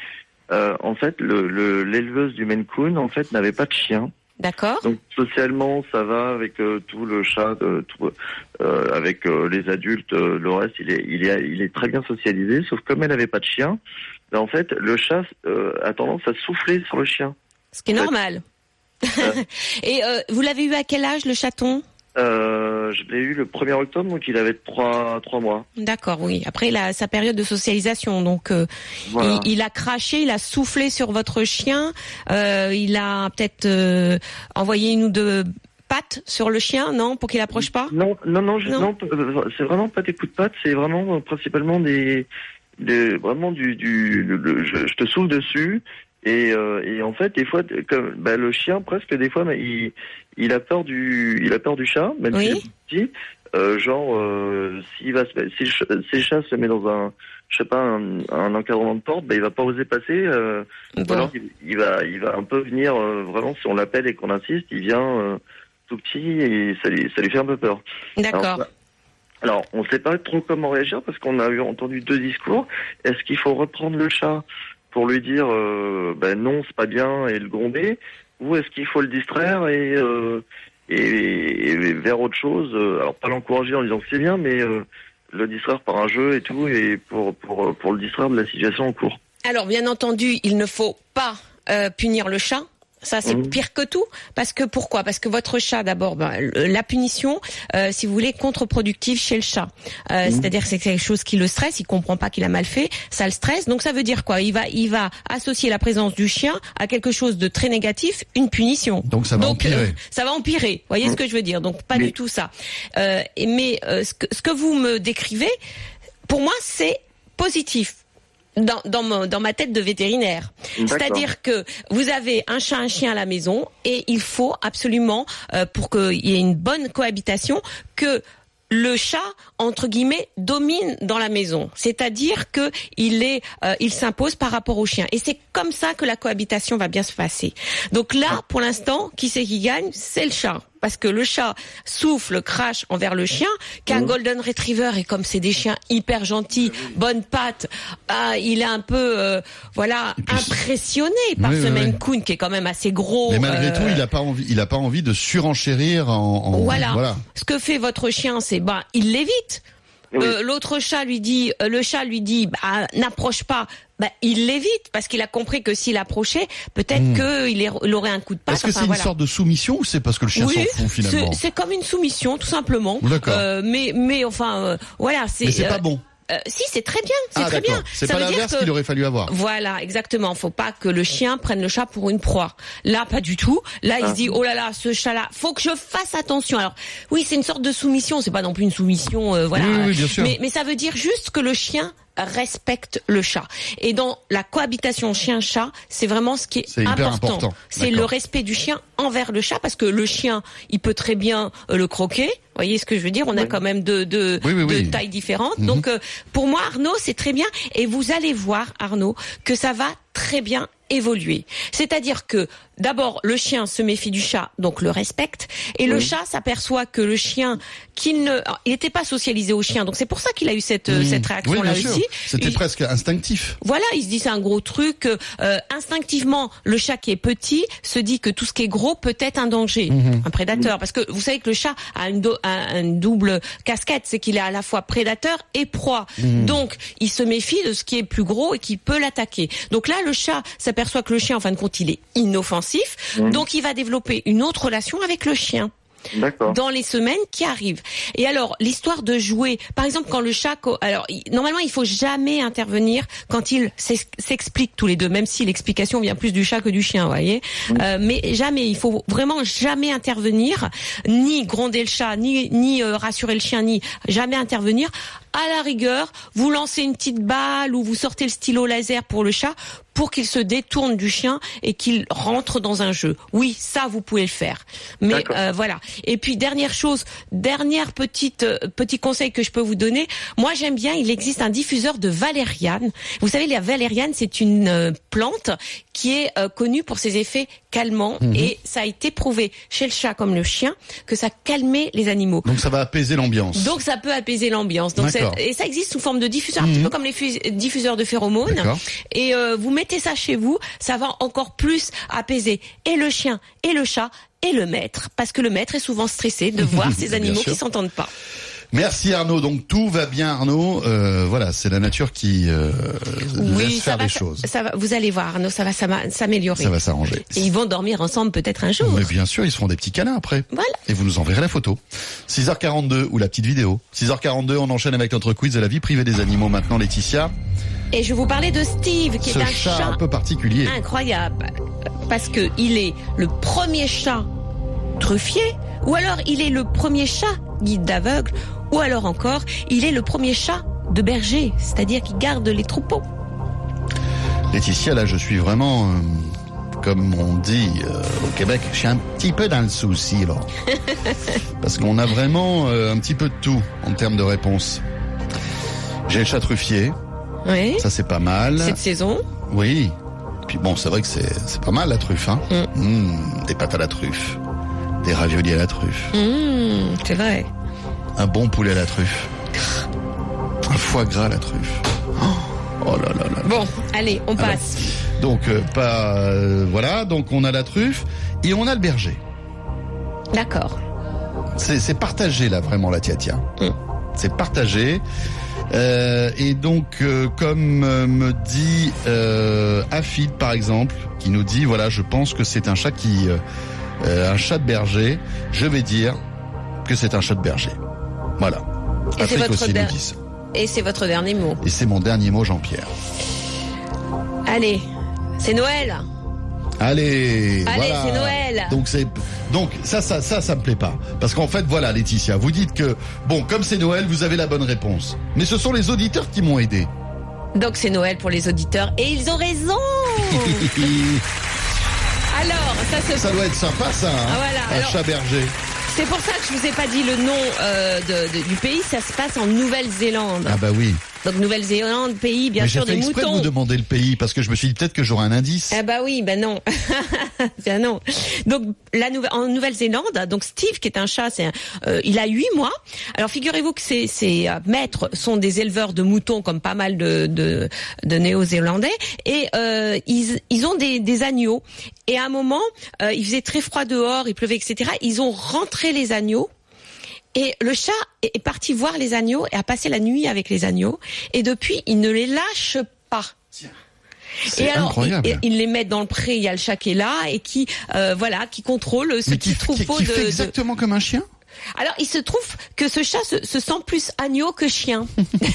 F: l'éleveuse du Maine Coon en fait n'avait pas de chien.
C: D'accord.
F: Donc socialement, ça va avec tout le chat, avec les adultes, le reste, il est très bien socialisé. Sauf comme elle n'avait pas de chien, en fait, le chat a tendance à souffler sur le chien.
C: Ce qui est normal. Et vous l'avez eu à quel âge le chaton?
F: Je l'ai eu le 1er octobre, donc il avait 3 mois.
C: D'accord, oui. Après, il a sa période de socialisation, donc
F: Voilà.
C: il a craché, il a soufflé sur votre chien, il a peut-être envoyé une ou deux pattes sur le chien, non, pour qu'il approche pas.
F: Non, c'est vraiment pas des coups de patte, c'est vraiment principalement vraiment je te souffle dessus. Et en fait, des fois, comme le chien, presque des fois, il a peur du chat, même
C: Oui.
F: s'il est petit. Si le chat se met dans un encadrement de porte, il va pas oser passer. Ou alors il va un peu venir vraiment, si on l'appelle et qu'on insiste, il vient tout petit et ça lui fait un peu peur.
C: D'accord.
F: Alors, on ne sait pas trop comment réagir parce qu'on a entendu 2 discours. Est-ce qu'il faut reprendre le chat pour lui dire non, c'est pas bien et le gronder, ou est-ce qu'il faut le distraire et vers autre chose, alors pas l'encourager en disant que c'est bien, mais le distraire par un jeu et tout, et pour le distraire de la situation en cours.
C: Alors, bien entendu, il ne faut pas punir le chat. Ça, c'est pire que tout. Parce que pourquoi ? Parce que votre chat, d'abord, la punition, si vous voulez, est contre-productive chez le chat. C'est-à-dire que c'est quelque chose qui le stresse, il comprend pas qu'il a mal fait, ça le stresse. Donc ça veut dire quoi ? Il va associer la présence du chien à quelque chose de très négatif, une punition.
B: Donc ça va empirer.
C: Ça va empirer. Vous voyez ce que je veux dire ? Donc pas du tout ça. Mais ce que vous me décrivez, pour moi, c'est positif. Dans ma tête de vétérinaire.
F: D'accord.
C: C'est-à-dire que vous avez un chat, un chien à la maison et il faut absolument, pour qu'il y ait une bonne cohabitation, que le chat, entre guillemets, domine dans la maison. C'est-à-dire que il s'impose par rapport au chien. Et c'est comme ça que la cohabitation va bien se passer. Donc là, pour l'instant, qui c'est qui gagne ? C'est le chat. Parce que le chat souffle, crache envers le chien, qu'un golden retriever, et comme c'est des chiens hyper gentils, bonne patte, il est un peu, impressionné par ce Maine Coon qui est quand même assez gros.
B: Mais malgré tout, il a pas envie de surenchérir
C: Voilà. Ce que fait votre chien, c'est, il l'évite.
F: Oui.
C: L'autre chat lui dit, n'approche pas. Il l'évite parce qu'il a compris que s'il approchait, peut-être qu'il aurait un coup de patte.
B: Est-ce que c'est une sorte de soumission ou c'est parce que le chien s'en fout finalement ?
C: C'est comme une soumission, tout simplement.
B: D'accord.
C: Voilà.
B: Mais c'est pas bon.
C: Si, c'est très bien, c'est très bien.
B: C'est
C: Ça
B: pas
C: veut dire
B: l'inverse qu'il aurait fallu avoir.
C: Voilà, exactement. Faut pas que le chien prenne le chat pour une proie. Là, pas du tout. Là, il se dit, oh là là, ce chat-là, faut que je fasse attention. Alors, oui, c'est une sorte de soumission. C'est pas non plus une soumission,
B: Oui, bien sûr.
C: Mais ça veut dire juste que le chien respecte le chat. Et dans la cohabitation chien-chat, c'est vraiment ce qui est
B: hyper important.
C: C'est le respect du chien envers le chat, parce que le chien, il peut très bien le croquer. Vous voyez ce que je veux dire ? On a quand même deux tailles différentes. Donc, pour moi, Arnaud, c'est très bien. Et vous allez voir, Arnaud, que ça va très bien évoluer. C'est-à-dire que, d'abord, le chien se méfie du chat, donc le respecte. Et le chat s'aperçoit que le chien, il n'était pas socialisé au chien. Donc c'est pour ça qu'il a eu cette réaction-là aussi.
B: C'était presque instinctif.
C: Voilà, il se dit c'est un gros truc. Instinctivement, le chat qui est petit se dit que tout ce qui est gros peut être un danger, un prédateur. Parce que vous savez que le chat a une double casquette, c'est qu'il est à la fois prédateur et proie. Donc il se méfie de ce qui est plus gros et qui peut l'attaquer. Donc là, le chat s'aperçoit que le chien, en fin de compte, il est inoffensif. Donc il va développer une autre relation avec le chien.
F: D'accord.
C: Dans les semaines qui arrivent. Et alors, l'histoire de jouer, par exemple, quand le chat, normalement, il faut jamais intervenir quand ils s'expliquent tous les deux, même si l'explication vient plus du chat que du chien, vous voyez. Mais jamais, il faut vraiment jamais intervenir, ni gronder le chat, ni rassurer le chien, ni jamais intervenir. À la rigueur, vous lancez une petite balle ou vous sortez le stylo laser pour le chat pour qu'il se détourne du chien et qu'il rentre dans un jeu. Oui, ça, vous pouvez le faire. Mais voilà. Et puis, dernière petit conseil que je peux vous donner. Moi, j'aime bien, il existe un diffuseur de valériane. Vous savez, la valériane, c'est une plante qui est connue pour ses effets calmants. Et ça a été prouvé chez le chat comme le chien que ça calmait les animaux.
B: Donc ça va apaiser l'ambiance.
C: Donc ça peut apaiser l'ambiance. Donc et ça existe sous forme de diffuseur, un petit peu comme les diffuseurs de phéromones. Et vous mettez ça chez vous, ça va encore plus apaiser et le chien et le chat et le maître, parce que le maître est souvent stressé de voir ses animaux qui s'entendent pas.
B: Merci Arnaud. Donc tout va bien Arnaud. Voilà, c'est la nature qui laisse faire des choses.
C: Ça va, vous allez voir Arnaud, ça va s'améliorer.
B: Ça va s'arranger.
C: Et ils vont dormir ensemble peut-être un jour.
B: Mais bien sûr, ils se feront des petits câlins après.
C: Voilà.
B: Et vous nous enverrez la photo. 6h42 ou la petite vidéo. 6h42, on enchaîne avec notre quiz de la vie privée des animaux maintenant, Laetitia.
C: Et je vous parlais de Steve, qui est un chat
B: un peu particulier.
C: Incroyable. Parce que il est le premier chat truffier, ou alors il est le premier chat guide d'aveugle, ou alors encore, il est le premier chat de berger, c'est-à-dire qui garde les troupeaux.
B: Laetitia, là, je suis vraiment, comme on dit au Québec, je suis un petit peu dans le souci, là. Parce qu'on a vraiment un petit peu de tout en termes de réponses. J'ai le chat truffier.
C: Oui.
B: Ça, c'est pas mal.
C: Cette saison.
B: Oui. Puis bon, c'est vrai que c'est pas mal, la truffe, hein. Des pâtes à la truffe. Des raviolis à la truffe.
C: C'est vrai.
B: Un bon poulet à la truffe. Un foie gras à la truffe. Oh là là là.
C: Bon, allez, on passe.
B: Donc, voilà, donc on a la truffe et on a le berger.
C: D'accord.
B: C'est partagé, là, vraiment, la tia. C'est partagé. Et donc, comme me dit Afid, par exemple, qui nous dit, voilà, je pense que c'est un chat un chat de berger. Je vais dire que c'est un chat de berger. Voilà.
C: Et
B: Patrick aussi nous dit ça.
C: Et c'est votre dernier mot.
B: Et c'est mon dernier mot, Jean-Pierre.
C: Allez, c'est Noël.
B: Allez, voilà.
C: C'est Noël.
B: Donc ça me plaît pas, parce qu'en fait voilà, Laetitia, vous dites que bon, comme c'est Noël, vous avez la bonne réponse, mais ce sont les auditeurs qui m'ont aidé.
C: Donc c'est Noël pour les auditeurs et ils ont raison. Alors ça doit
B: être sympa ça, hein,
C: voilà.
B: Un chat berger.
C: C'est pour ça que je vous ai pas dit le nom du pays. Ça se passe en Nouvelle-Zélande.
B: Ah bah oui.
C: Donc Nouvelle-Zélande, pays bien sûr des moutons.
B: J'ai fait exprès de vous demander le pays parce que je me suis dit peut-être que j'aurais un indice.
C: Ah bah oui, bah non. Ben non. Donc en Nouvelle-Zélande, donc Steve qui est un chat, il a 8 mois. Alors figurez-vous que ses maîtres sont des éleveurs de moutons comme pas mal de Néo-Zélandais et ils ont des agneaux. Et à un moment, il faisait très froid dehors, il pleuvait, etc. Ils ont rentré les agneaux. Et le chat est parti voir les agneaux et a passé la nuit avec les agneaux. Et depuis, il ne les lâche pas.
B: Tiens.
C: Et alors,
B: incroyable.
C: il les met dans le pré. Il y a le chat qui est là et qui contrôle ce petit troupeau
B: qui fait exactement comme un chien.
C: Alors, il se trouve que ce chat se sent plus agneau que chien.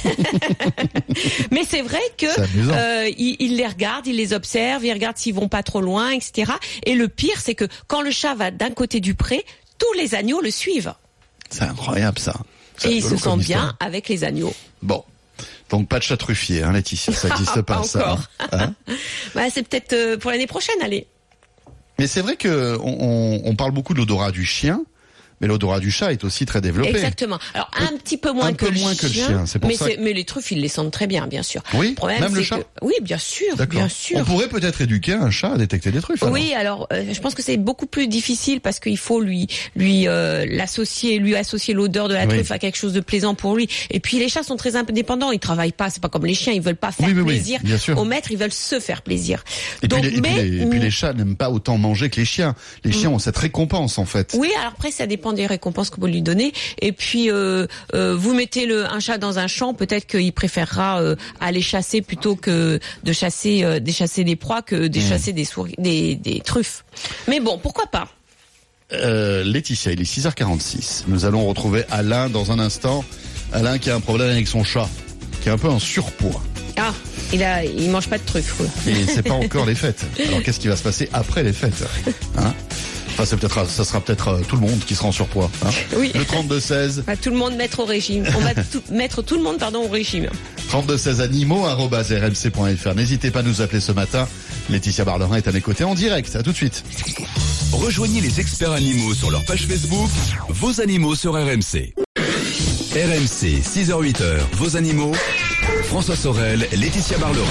C: Mais c'est vrai que il les regarde, il les observe, il regarde s'ils vont pas trop loin, etc. Et le pire, c'est que quand le chat va d'un côté du pré, tous les agneaux le suivent.
B: C'est incroyable ça.
C: Et il se sent bien avec les agneaux.
B: Bon. Donc pas de chat truffier, hein, Laetitia, ça n'existe pas ça. Hein.
C: Bah, c'est peut-être pour l'année prochaine, allez.
B: Mais c'est vrai que on parle beaucoup de l'odorat du chien, mais l'odorat du chat est aussi très développé.
C: Exactement. Alors un petit peu moins que le chien.
B: C'est pour ça.
C: Mais les truffes, ils les sentent très bien, bien sûr.
B: Oui.
C: Le problème,
B: même le chat.
C: Oui, bien sûr, bien sûr.
B: On pourrait peut-être éduquer un chat à détecter des truffes.
C: Oui, alors je pense que c'est beaucoup plus difficile parce qu'il faut lui associer l'odeur de la truffe à quelque chose de plaisant pour lui. Et puis les chats sont très indépendants, ils travaillent pas, c'est pas comme les chiens, ils veulent pas faire plaisir au maître, ils veulent se faire plaisir.
B: Et puis les chats n'aiment pas autant manger que les chiens. Les chiens ont cette récompense en fait.
C: Oui, alors après ça dépend des récompenses que vous lui donnez. Et puis vous mettez un chat dans un champ, peut-être qu'il préférera aller chasser plutôt que de chasser des proies que de chasser des souris, des truffes. Mais bon, pourquoi pas.
B: Laetitia, il est 6h46. Nous allons retrouver Alain dans un instant. Alain qui a un problème avec son chat, qui est un peu en surpoids.
C: Ah, il mange pas de truffes, quoi.
B: Et c'est pas encore les fêtes. Alors qu'est-ce qui va se passer après les fêtes, hein? Enfin, ça sera peut-être tout le monde qui sera en surpoids. Hein.
C: Oui.
B: Le 32-16.
C: Tout le monde mettre au régime. On va mettre tout le monde, au régime.
B: 32-16 animaux@rmc.fr. N'hésitez pas à nous appeler ce matin. Laetitia Barlerin est à mes côtés en direct. À tout de suite.
A: Rejoignez les experts animaux sur leur page Facebook. Vos animaux sur RMC. RMC, 6h-8h. Vos animaux. François Sorel, Laetitia Barlerin.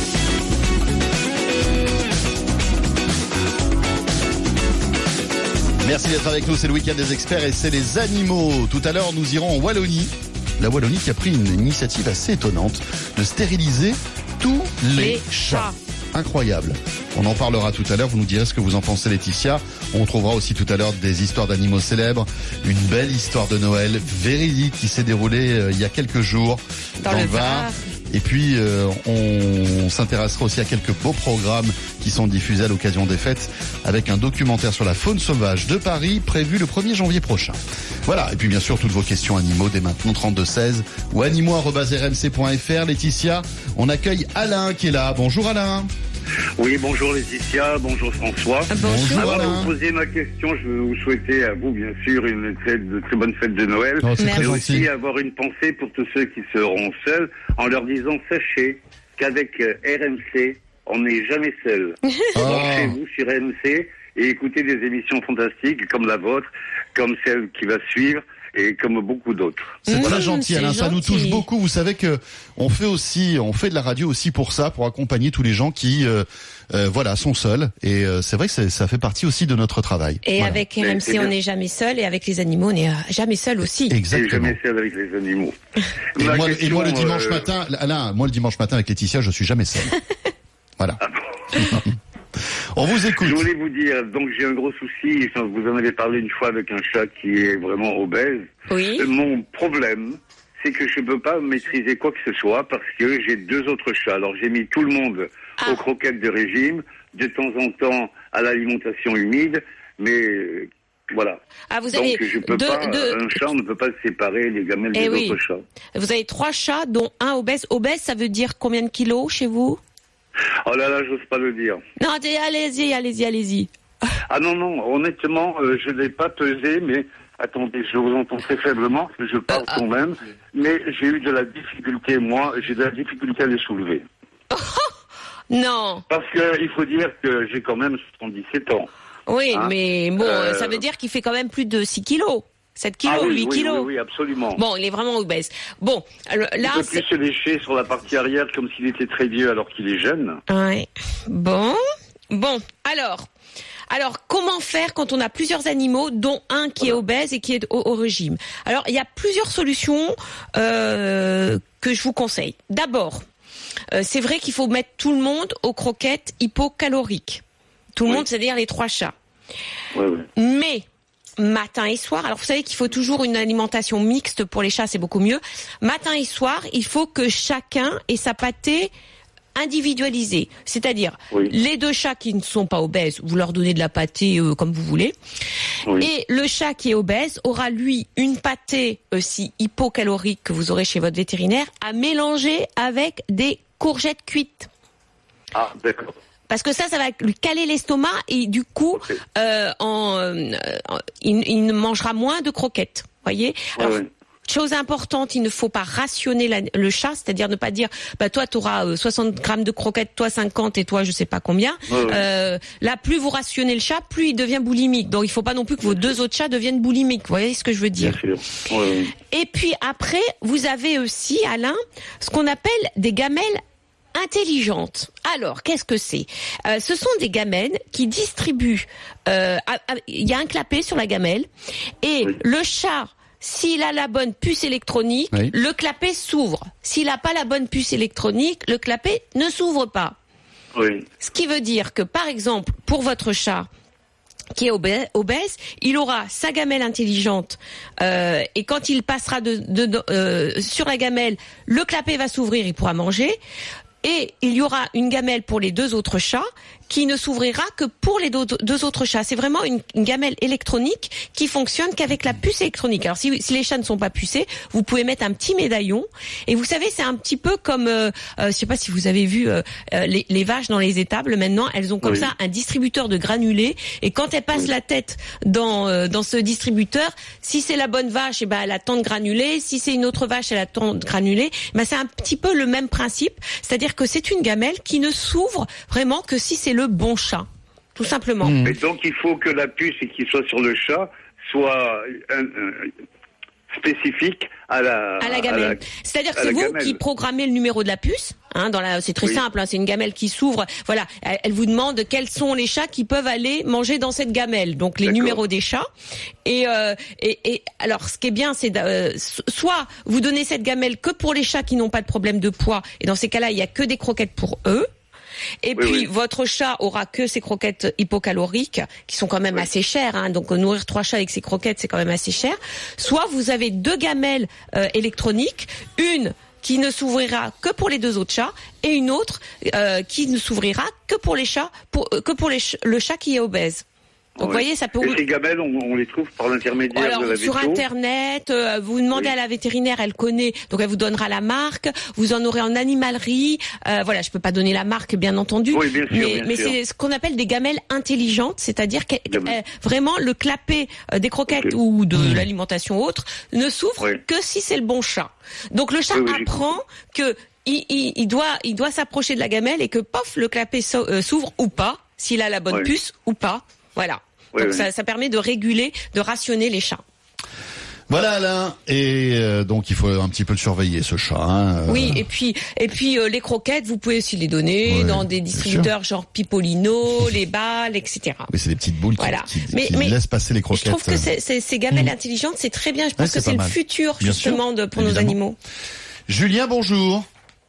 B: Merci d'être avec nous, c'est le week-end des experts et c'est les animaux. Tout à l'heure, nous irons en Wallonie. La Wallonie qui a pris une initiative assez étonnante de stériliser tous les chats. incroyable. On en parlera tout à l'heure, vous nous direz ce que vous en pensez, Laetitia. On trouvera aussi tout à l'heure des histoires d'animaux célèbres, une belle histoire de Noël véridique qui s'est déroulée il y a quelques jours
C: Dans le Var.
B: Et puis on s'intéressera aussi à quelques beaux programmes qui sont diffusés à l'occasion des fêtes, avec un documentaire sur la faune sauvage de Paris prévu le 1er janvier prochain. Voilà, et puis bien sûr toutes vos questions animaux dès maintenant 3216 ou animaux@rmc.fr. Laetitia, on accueille Alain qui est là. Bonjour Alain.
G: Oui, bonjour Laetitia, bonjour François.
B: Bonjour
G: Avant
B: Alain.
G: de vous poser ma question, je veux vous souhaiter à vous, bien sûr, une très bonne fête de Noël.
B: Oh, c'est très
G: Mais
B: gentil.
G: aussi avoir une pensée pour tous ceux qui seront seuls, en leur disant, sachez qu'avec RMC, on n'est jamais seul. Branchez-vous sur RMC et écoutez des émissions fantastiques comme la vôtre, comme celle qui va suivre, et comme beaucoup d'autres.
B: C'est très gentil,
C: c'est
B: Alain. Ça nous
C: gentil.
B: touche beaucoup. Vous savez que on fait de la radio aussi pour ça, pour accompagner tous les gens qui, sont seuls. Et c'est vrai que ça fait partie aussi de notre travail.
C: Et
B: Voilà.
C: avec
G: c'est
C: RMC,
G: bien.
C: on n'est jamais seul, et avec les animaux, on n'est jamais seul aussi.
G: Et
B: Exactement.
G: jamais seul avec les animaux.
B: Et
G: Ma
B: moi,
G: question,
B: le dimanche matin, Alain, moi le dimanche matin avec Laetitia, je suis jamais seul. Voilà. On vous écoute.
G: Je voulais vous dire, donc j'ai un gros souci, vous en avez parlé une fois avec un chat qui est vraiment obèse.
C: Oui.
G: Mon problème, c'est que je ne peux pas maîtriser quoi que ce soit parce que j'ai 2 autres chats. Alors j'ai mis tout le monde aux croquettes de régime, de temps en temps à l'alimentation humide, mais voilà.
C: Ah, vous avez
G: Donc je peux pas, un chat, on ne peut pas séparer les gamelles des autres chats.
C: Vous avez 3 chats, dont un obèse. Obèse, ça veut dire combien de kilos chez vous?
G: Oh là là, j'ose pas le dire.
C: Non, allez-y.
G: Ah non, honnêtement, je ne l'ai pas pesé, mais attendez, je vous entends très faiblement, je parle quand même, mais j'ai eu de la difficulté, j'ai de la difficulté à les soulever.
C: Non.
G: Parce que il faut dire que j'ai quand même 77 ans.
C: Oui,
G: Hein
C: mais bon, ça veut dire qu'il fait quand même plus de 6 kilos. 7 kilos, 8 kilos.
G: Oui, absolument.
C: Bon, il est vraiment obèse. Bon, là,
G: il peut plus se lécher sur la partie arrière comme s'il était très vieux alors qu'il est jeune.
C: Ouais. Bon, alors, comment faire quand on a plusieurs animaux, dont un qui est obèse et qui est au régime? Alors, il y a plusieurs solutions que je vous conseille. D'abord, c'est vrai qu'il faut mettre tout le monde aux croquettes hypocaloriques. Tout le monde, c'est-à-dire les 3 chats.
G: Oui.
C: Mais matin et soir, alors vous savez qu'il faut toujours une alimentation mixte pour les chats, c'est beaucoup mieux. Matin et soir, il faut que chacun ait sa pâtée individualisée. C'est-à-dire, les 2 chats qui ne sont pas obèses, vous leur donnez de la pâtée comme vous voulez.
G: Oui.
C: Et le chat qui est obèse aura, lui, une pâtée aussi hypocalorique que vous aurez chez votre vétérinaire à mélanger avec des courgettes cuites.
G: Ah, d'accord.
C: Parce que ça va lui caler l'estomac et du coup, il ne mangera moins de croquettes. Voyez. Alors, chose importante, il ne faut pas rationner le chat, c'est-à-dire ne pas dire, toi, tu auras 60 grammes de croquettes, toi 50 et toi je sais pas combien. Là, plus vous rationnez le chat, plus il devient boulimique. Donc, il faut pas non plus que vos 2 autres chats deviennent boulimiques. Vous voyez ce que je veux dire?
G: Bien sûr. Oui.
C: Et puis après, vous avez aussi, Alain, ce qu'on appelle des gamelles intelligentes. Alors, qu'est-ce que c'est? Ce sont des gamelles qui distribuent. Il y a un clapet sur la gamelle et le chat, s'il a la bonne puce électronique, le clapet s'ouvre. S'il n'a pas la bonne puce électronique, le clapet ne s'ouvre pas.
G: Oui.
C: Ce qui veut dire que, par exemple, pour votre chat qui est obèse, il aura sa gamelle intelligente et quand il passera sur la gamelle, le clapet va s'ouvrir, il pourra manger. Et il y aura une gamelle pour les 2 autres chats qui ne s'ouvrira que pour les 2 autres chats. C'est vraiment une gamelle électronique qui fonctionne qu'avec la puce électronique. Alors si les chats ne sont pas pucés, vous pouvez mettre un petit médaillon. Et vous savez, c'est un petit peu comme, je sais pas si vous avez vu les vaches dans les étables. Maintenant, elles ont comme ça un distributeur de granulés. Et quand elles passent la tête dans ce distributeur, si c'est la bonne vache, elle a tant de granulés. Si c'est une autre vache, elle a tant de granulés. C'est un petit peu le même principe. C'est-à-dire que c'est une gamelle qui ne s'ouvre vraiment que si c'est le bon chat, tout simplement.
G: Et donc il faut que la puce qui soit sur le chat soit spécifique à la
C: gamelle. C'est-à-dire que c'est vous qui programmez le numéro de la puce. C'est très simple. C'est une gamelle qui s'ouvre. Voilà, elle vous demande quels sont les chats qui peuvent aller manger dans cette gamelle. Donc les numéros des chats. Et alors, ce qui est bien, c'est soit vous donnez cette gamelle que pour les chats qui n'ont pas de problème de poids. Et dans ces cas-là, il y a que des croquettes pour eux. Et puis votre chat aura que ses croquettes hypocaloriques, qui sont quand même assez chères, hein, donc nourrir 3 chats avec ses croquettes, c'est quand même assez cher. Soit vous avez 2 gamelles électroniques, une qui ne s'ouvrira que pour les 2 autres chats et une autre qui ne s'ouvrira que pour les chats, le chat qui est obèse. Donc, vous voyez, ça peut...
G: Et ces gamelles, on les trouve par l'intermédiaire de la
C: sur
G: véto.
C: Internet, vous demandez à la vétérinaire, elle connaît, donc elle vous donnera la marque. Vous en aurez en animalerie. Voilà, je peux pas donner la marque, bien entendu.
G: Oui, bien sûr,
C: mais c'est ce qu'on appelle des gamelles intelligentes, c'est-à-dire que vraiment le clapet des croquettes ou de l'alimentation autre ne s'ouvre que si c'est le bon chat. Donc le chat apprend que il doit s'approcher de la gamelle et que pof, le clapet s'ouvre ou pas, s'il a la bonne puce ou pas. Voilà. Donc ça permet de réguler, de rationner les chats.
B: Voilà Alain, et donc il faut un petit peu le surveiller ce chat. Hein,
C: Oui, et puis les croquettes, vous pouvez aussi les donner dans des distributeurs genre Pipolino, les balles, etc.
B: Mais c'est des petites boules qui laissent passer les croquettes.
C: Je trouve que ces gamelles intelligentes, c'est très bien. Je pense que c'est le futur justement pour nos animaux.
B: Julien, bonjour.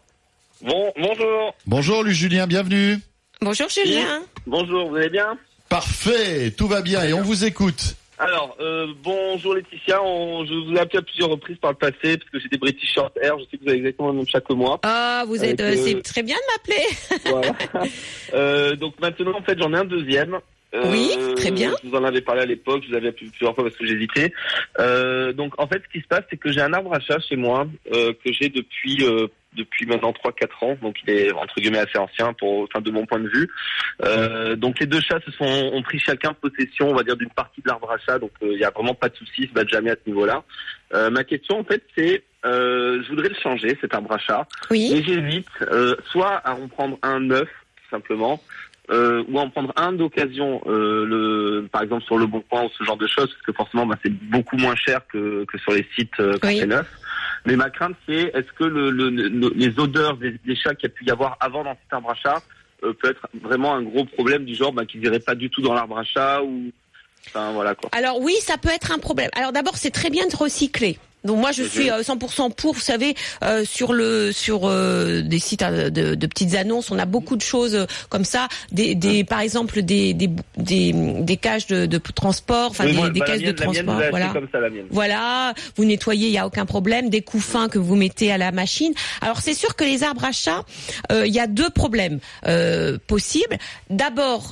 H: Bonjour.
B: Bonjour Julien, bienvenue.
C: Bonjour Julien.
H: Bonjour, vous allez bien ?
B: Parfait, tout va bien et on vous écoute.
H: Alors, bonjour Laetitia, je vous ai appelé à plusieurs reprises par le passé parce que j'ai des British Short Hair, je sais que vous avez exactement le même chat que moi.
C: Ah, vous êtes, c'est très bien de m'appeler.
H: Voilà. Donc maintenant, en fait, j'en ai un deuxième.
C: Oui, très bien.
H: Je vous en avais parlé à l'époque, je vous avais appelé plusieurs fois parce que j'hésitais. Donc en fait, ce qui se passe, c'est que j'ai un arbre à chat chez moi que j'ai depuis maintenant 3-4 ans, donc il est entre guillemets assez ancien de mon point de vue. Donc les 2 chats ont pris chacun possession, on va dire, d'une partie de l'arbre à chat, donc il y a vraiment pas de souci, ils se battent jamais à ce niveau-là. Ma question en fait c'est, je voudrais le changer cet arbre à chat, et j'hésite soit à en prendre un neuf tout simplement, ou à en prendre un d'occasion, par exemple sur le Bon Coin ou ce genre de choses, parce que forcément c'est beaucoup moins cher que sur les sites quand c'est neuf. Mais ma crainte, c'est est-ce que les odeurs des chats qu'il y a pu y avoir avant dans cet arbre à chat peut être vraiment un gros problème du genre qu'ils n'iraient pas du tout dans l'arbre à chat ou... Enfin, voilà, quoi.
C: Alors oui, ça peut être un problème. Alors d'abord, c'est très bien de recycler. Donc moi je suis 100% pour, vous savez, sur des sites de petites annonces, on a beaucoup de choses comme ça, par exemple des cages de transport, enfin des caisses de transport, voilà.
H: Comme ça, la mienne.
C: Voilà, vous nettoyez, il y a aucun problème, des coups fins que vous mettez à la machine. Alors c'est sûr que les arbres à chat, il y a 2 problèmes possibles. D'abord,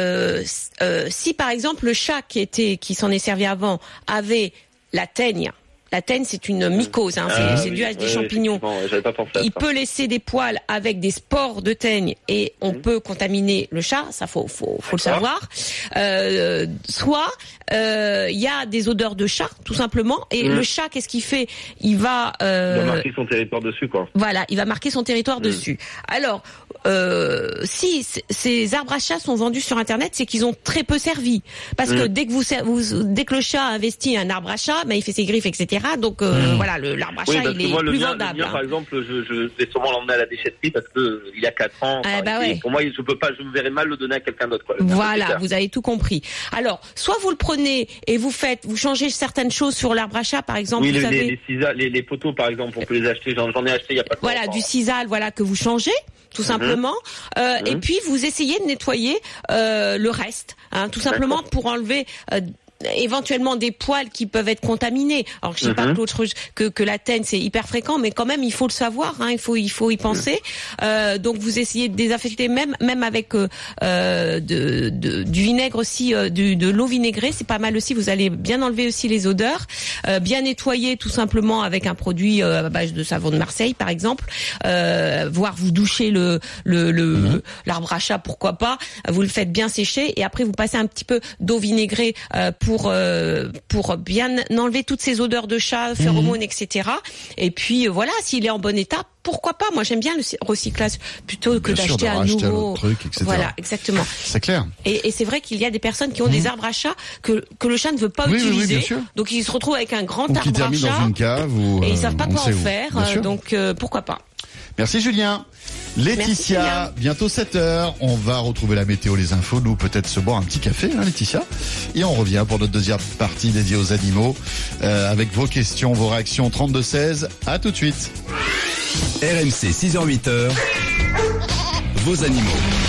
C: si par exemple le chat qui s'en est servi avant avait la teigne. La teigne, c'est une mycose, hein, c'est dû à des champignons.
H: J'avais pas pensé à ça.
C: Il peut laisser des poils avec des spores de teigne et on peut contaminer le chat, ça faut le savoir. Soit il y a des odeurs de chat, tout simplement, et le chat, qu'est-ce qu'il fait ? Il va
H: marquer son territoire dessus, quoi.
C: Voilà, il va marquer son territoire dessus. Alors, si ces arbres à chat sont vendus sur Internet, c'est qu'ils ont très peu servi, parce que dès que le chat investit un arbre à chat, il fait ses griffes, etc. Donc voilà, l'arbre à chat il est plus vendable.
H: Le mien, par exemple, je vais sûrement l'emmener à la déchetterie parce que il y a 4 ans. Pour moi, je me verrais mal le donner à quelqu'un d'autre, quoi.
C: Voilà, vous avez tout compris. Alors, soit vous le prenez et vous changez certaines choses sur l'arbre à chat, par exemple.
H: Oui, les poteaux, par exemple, on peut les acheter. J'en ai acheté il y a pas de temps.
C: Voilà, du sisal, que vous changez. Tout simplement, et puis vous essayez de nettoyer le reste, tout simplement pour enlever éventuellement des poils qui peuvent être contaminés. Alors je sais pas que la teigne c'est hyper fréquent, mais quand même il faut le savoir, il faut y penser. Donc vous essayez de désinfecter même avec du vinaigre aussi, de l'eau vinaigrée, c'est pas mal aussi. Vous allez bien enlever aussi les odeurs, bien nettoyer tout simplement avec un produit à base de savon de Marseille par exemple, voire vous douchez l'arbre à chat, pourquoi pas. Vous le faites bien sécher et après vous passez un petit peu d'eau vinaigrée pour bien enlever toutes ces odeurs de chat, phéromones, etc. Et puis voilà, s'il est en bon état, pourquoi pas ? Moi, j'aime bien le recyclage plutôt que d'acheter un nouveau
B: truc, etc.
C: Voilà, exactement.
B: C'est clair.
C: Et c'est vrai qu'il y a des personnes qui ont des arbres à chat que le chat ne veut pas utiliser. Donc ils se retrouvent avec un grand arbre à chat
B: dans une cave
C: et ils savent pas quoi en faire. Donc pourquoi pas ?
B: Merci Julien. Laetitia, bientôt 7h, on va retrouver la météo, les infos, nous peut-être se boire un petit café, Laetitia. Et on revient pour notre deuxième partie dédiée aux animaux, avec vos questions, vos réactions 32-16. À tout de suite.
A: RMC 6h-8h. vos animaux.